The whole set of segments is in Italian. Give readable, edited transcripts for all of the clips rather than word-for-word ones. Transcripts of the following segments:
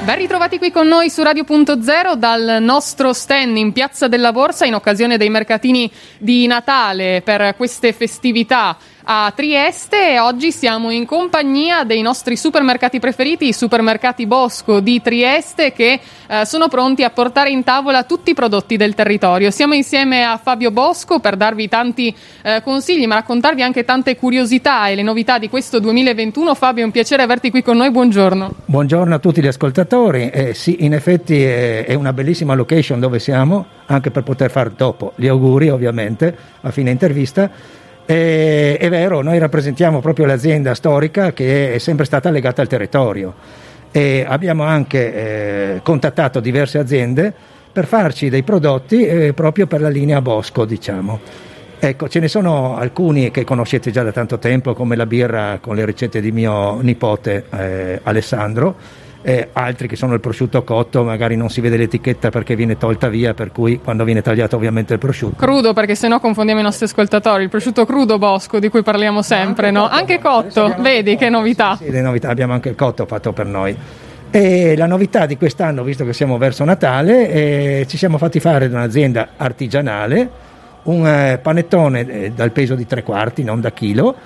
Ben ritrovati qui con noi su Radio.0 dal nostro stand in Piazza della Borsa in occasione dei mercatini di Natale per queste festività a Trieste. Oggi siamo in compagnia dei nostri supermercati preferiti, i supermercati Bosco di Trieste, che sono pronti a portare in tavola tutti i prodotti del territorio. Siamo insieme a Fabio Bosco per darvi tanti consigli, ma raccontarvi anche tante curiosità e le novità di questo 2021. Fabio, è un piacere averti qui con noi, buongiorno. Buongiorno a tutti gli ascoltatori. Sì, in effetti è una bellissima location dove siamo, anche per poter fare dopo gli auguri ovviamente a fine intervista. È vero, noi rappresentiamo proprio l'azienda storica che è sempre stata legata al territorio e abbiamo anche contattato diverse aziende per farci dei prodotti proprio per la linea Bosco, diciamo. Ecco, ce ne sono alcuni che conoscete già da tanto tempo, come la birra con le ricette di mio nipote Alessandro. Altri che sono il prosciutto cotto, magari non si vede l'etichetta perché viene tolta via, per cui quando viene tagliato ovviamente il prosciutto crudo, perché sennò confondiamo i nostri ascoltatori. Il prosciutto crudo Bosco di cui parliamo sempre, no? Anche cotto, vedi che novità. Sì, le novità, abbiamo anche il cotto fatto per noi. E la novità di quest'anno, visto che siamo verso Natale, ci siamo fatti fare da un'azienda artigianale un panettone dal peso di 3/4, non da chilo,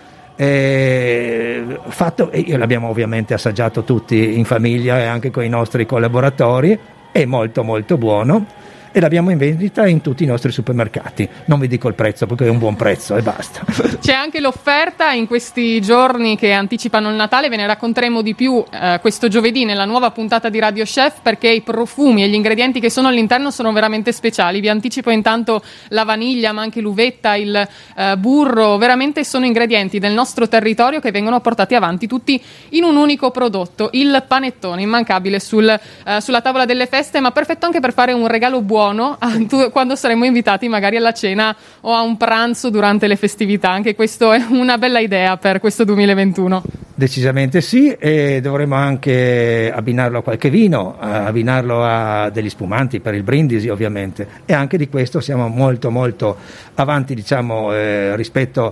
fatto, e l'abbiamo ovviamente assaggiato tutti in famiglia e anche con i nostri collaboratori, è molto molto buono e l'abbiamo in vendita in tutti i nostri supermercati. Non vi dico il prezzo perché è un buon prezzo e basta. C'è anche l'offerta in questi giorni che anticipano il Natale, ve ne racconteremo di più questo giovedì nella nuova puntata di Radio Chef, perché i profumi e gli ingredienti che sono all'interno sono veramente speciali. Vi anticipo intanto la vaniglia, ma anche l'uvetta, il burro, veramente sono ingredienti del nostro territorio che vengono portati avanti tutti in un unico prodotto, il panettone, immancabile sulla tavola delle feste, ma perfetto anche per fare un regalo buono quando saremo invitati magari alla cena o a un pranzo durante le festività. Anche questo è una bella idea per questo 2021. Decisamente sì, e dovremo anche abbinarlo a qualche vino, abbinarlo a degli spumanti per il brindisi ovviamente, e anche di questo siamo molto molto avanti, diciamo, rispetto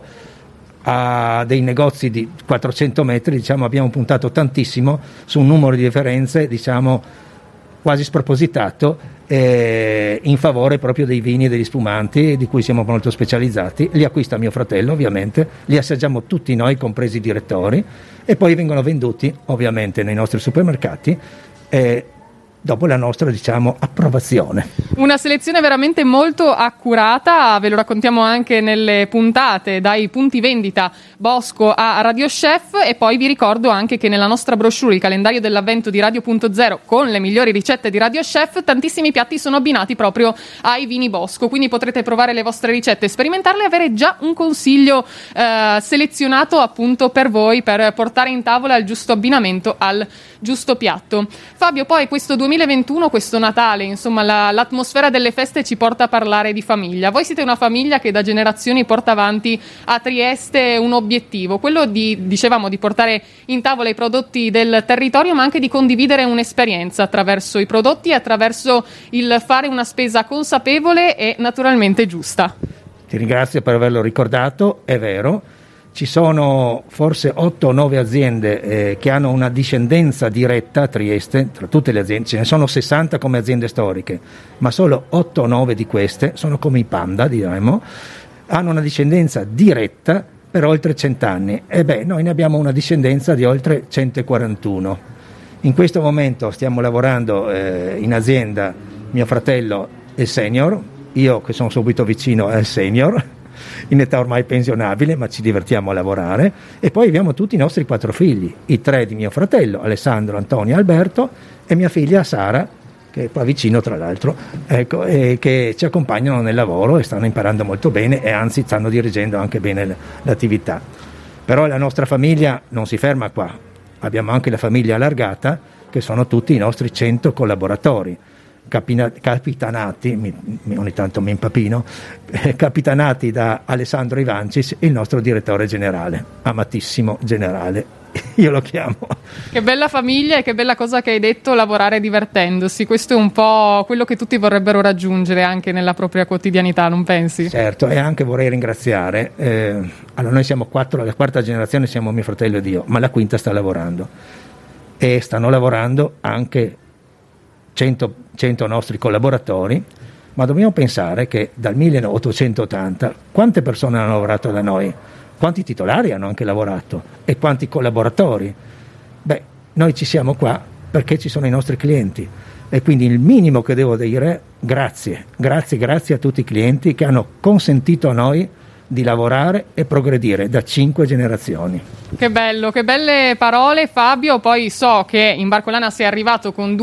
a dei negozi di 400 metri, diciamo, abbiamo puntato tantissimo su un numero di differenze, diciamo, quasi spropositato, in favore proprio dei vini e degli spumanti di cui siamo molto specializzati. Li acquista mio fratello ovviamente, li assaggiamo tutti noi, compresi i direttori, e poi vengono venduti ovviamente nei nostri supermercati dopo la nostra, diciamo, approvazione. Una selezione veramente molto accurata, ve lo raccontiamo anche nelle puntate dai punti vendita Bosco a Radio Chef, e poi vi ricordo anche che nella nostra brochure, il calendario dell'avvento di Radio.0 con le migliori ricette di Radio Chef, tantissimi piatti sono abbinati proprio ai vini Bosco, quindi potrete provare le vostre ricette, sperimentarle e avere già un consiglio selezionato appunto per voi, per portare in tavola il giusto abbinamento al giusto piatto. Fabio, poi questo 2021, questo Natale, insomma l'atmosfera delle feste ci porta a parlare di famiglia. Voi siete una famiglia che da generazioni porta avanti a Trieste un obiettivo, quello dicevamo di portare in tavola i prodotti del territorio, ma anche di condividere un'esperienza attraverso i prodotti e attraverso il fare una spesa consapevole e naturalmente giusta. Ti ringrazio per averlo ricordato, è vero. Ci sono forse 8 o 9 aziende che hanno una discendenza diretta a Trieste, tra tutte le aziende, ce ne sono 60 come aziende storiche, ma solo 8 o 9 di queste sono come i panda, diremmo, hanno una discendenza diretta per oltre 100 anni. E noi ne abbiamo una discendenza di oltre 141. In questo momento stiamo lavorando in azienda, mio fratello è il senior, io che sono subito vicino è il senior, in età ormai pensionabile, ma ci divertiamo a lavorare, e poi abbiamo tutti i nostri 4 figli, i 3 di mio fratello, Alessandro, Antonio e Alberto, e mia figlia Sara, che è qua vicino tra l'altro, ecco, e che ci accompagnano nel lavoro e stanno imparando molto bene, e anzi stanno dirigendo anche bene l'attività. Però la nostra famiglia non si ferma qua, abbiamo anche la famiglia allargata, che sono tutti i nostri 100 collaboratori, capitanati, ogni tanto mi impapino, capitanati da Alessandro Ivancis, il nostro direttore generale, amatissimo generale, io lo chiamo. Che bella famiglia e che bella cosa che hai detto, lavorare divertendosi. Questo è un po' quello che tutti vorrebbero raggiungere anche nella propria quotidianità, non pensi? Certo, e anche vorrei ringraziare, allora noi siamo 4, la quarta generazione siamo mio fratello ed io, ma la quinta sta lavorando, e stanno lavorando anche 100 nostri collaboratori, ma dobbiamo pensare che dal 1880 quante persone hanno lavorato da noi, quanti titolari hanno anche lavorato e quanti collaboratori. Beh, noi ci siamo qua perché ci sono i nostri clienti, e quindi il minimo che devo dire è grazie a tutti i clienti che hanno consentito a noi di lavorare e progredire da 5 generazioni. Che bello, che belle parole, Fabio. Poi so che in Barcolana sei arrivato con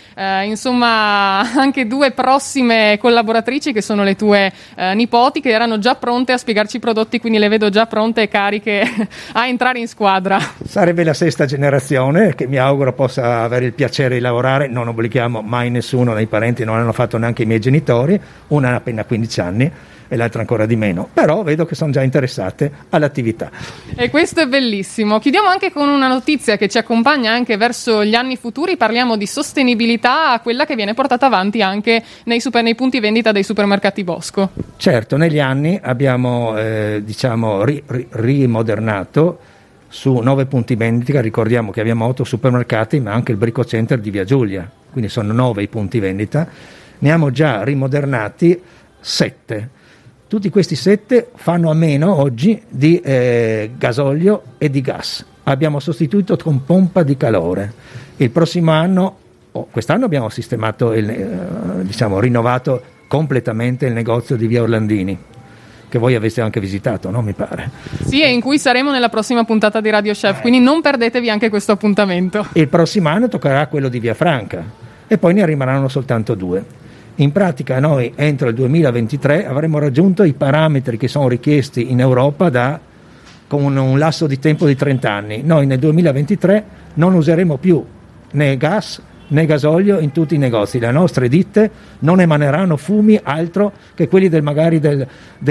anche due prossime collaboratrici che sono le tue nipoti, che erano già pronte a spiegarci i prodotti, quindi le vedo già pronte e cariche a entrare in squadra. Sarebbe la 6ª generazione che mi auguro possa avere il piacere di lavorare. Non obblighiamo mai nessuno dei parenti, non hanno fatto neanche i miei genitori, una ha appena 15 anni e l'altra ancora di meno, però vedo che sono già interessate all'attività. E questo è bellissimo. Chiudiamo anche con una notizia che ci accompagna anche verso gli anni futuri. Parliamo di sostenibilità, quella che viene portata avanti anche nei punti vendita dei supermercati Bosco. Certo, negli anni abbiamo rimodernato su 9 punti vendita. Ricordiamo che abbiamo 8 supermercati, ma anche il Brico Center di Via Giulia, quindi sono 9 i punti vendita. Ne abbiamo già rimodernati 7. Tutti questi 7 fanno a meno oggi di gasolio e di gas. Abbiamo sostituito con pompa di calore. Il prossimo anno, quest'anno abbiamo sistemato, rinnovato completamente il negozio di Via Orlandini, che voi avete anche visitato, no? Mi pare. Sì, e in cui saremo nella prossima puntata di Radio Chef, quindi non perdetevi anche questo appuntamento. Il prossimo anno toccherà quello di Via Franca e poi ne rimarranno soltanto 2. In pratica noi entro il 2023 avremo raggiunto i parametri che sono richiesti in Europa con un lasso di tempo di 30 anni. Noi nel 2023 non useremo più né gas né gasolio in tutti i negozi. Le nostre ditte non emaneranno fumi altro che quelli delle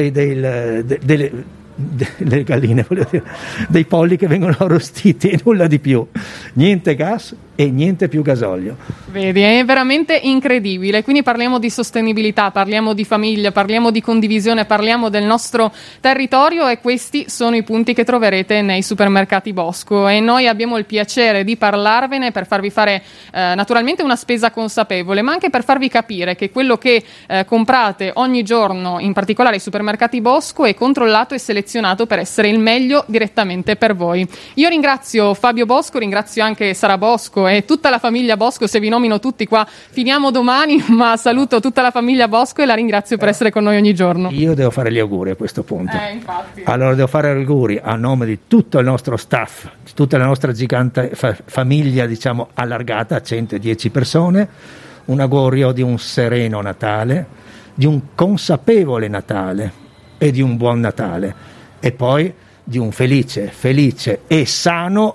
galline, dei polli che vengono arrostiti e nulla di più. Niente gas e niente più gasolio. Vedi, è veramente incredibile. Quindi parliamo di sostenibilità, parliamo di famiglia, parliamo di condivisione, parliamo del nostro territorio, e questi sono i punti che troverete nei supermercati Bosco, e noi abbiamo il piacere di parlarvene per farvi fare naturalmente una spesa consapevole, ma anche per farvi capire che quello che comprate ogni giorno, in particolare i supermercati Bosco, è controllato e selezionato per essere il meglio direttamente per voi. Io ringrazio Fabio Bosco, ringrazio anche Sara Bosco e tutta la famiglia Bosco. Se vi nomino tutti qua finiamo domani, ma saluto tutta la famiglia Bosco e la ringrazio per essere con noi ogni giorno. Io devo fare gli auguri a questo punto. Infatti. Allora devo fare auguri a nome di tutto il nostro staff, di tutta la nostra gigante famiglia, allargata a 110 persone, un augurio di un sereno Natale, di un consapevole Natale e di un buon Natale, e poi di un felice e sano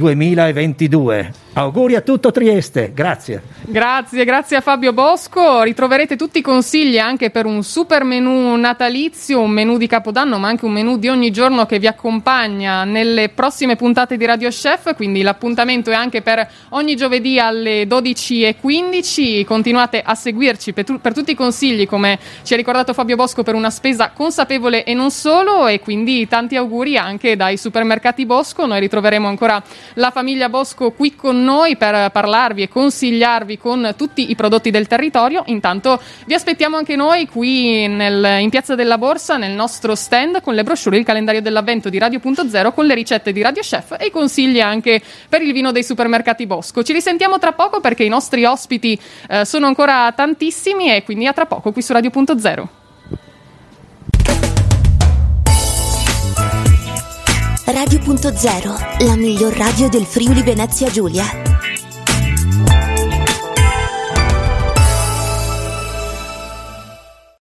2022. Auguri a tutto Trieste, grazie a Fabio Bosco. Ritroverete tutti i consigli anche per un super menù natalizio, un menù di Capodanno, ma anche un menù di ogni giorno che vi accompagna nelle prossime puntate di Radio Chef, quindi l'appuntamento è anche per ogni giovedì alle 12:15. Continuate a seguirci per tutti i consigli, come ci ha ricordato Fabio Bosco, per una spesa consapevole e non solo, e quindi tanti auguri anche dai supermercati Bosco. Noi ritroveremo ancora la famiglia Bosco qui con noi per parlarvi e consigliarvi con tutti i prodotti del territorio. Intanto vi aspettiamo anche noi qui in Piazza della Borsa, nel nostro stand, con le brochure, il calendario dell'avvento di Radio.0, con le ricette di Radio Chef e i consigli anche per il vino dei supermercati Bosco. Ci risentiamo tra poco, perché i nostri ospiti sono ancora tantissimi, e quindi a tra poco qui su Radio.0. Radio.0, la miglior radio del Friuli Venezia Giulia.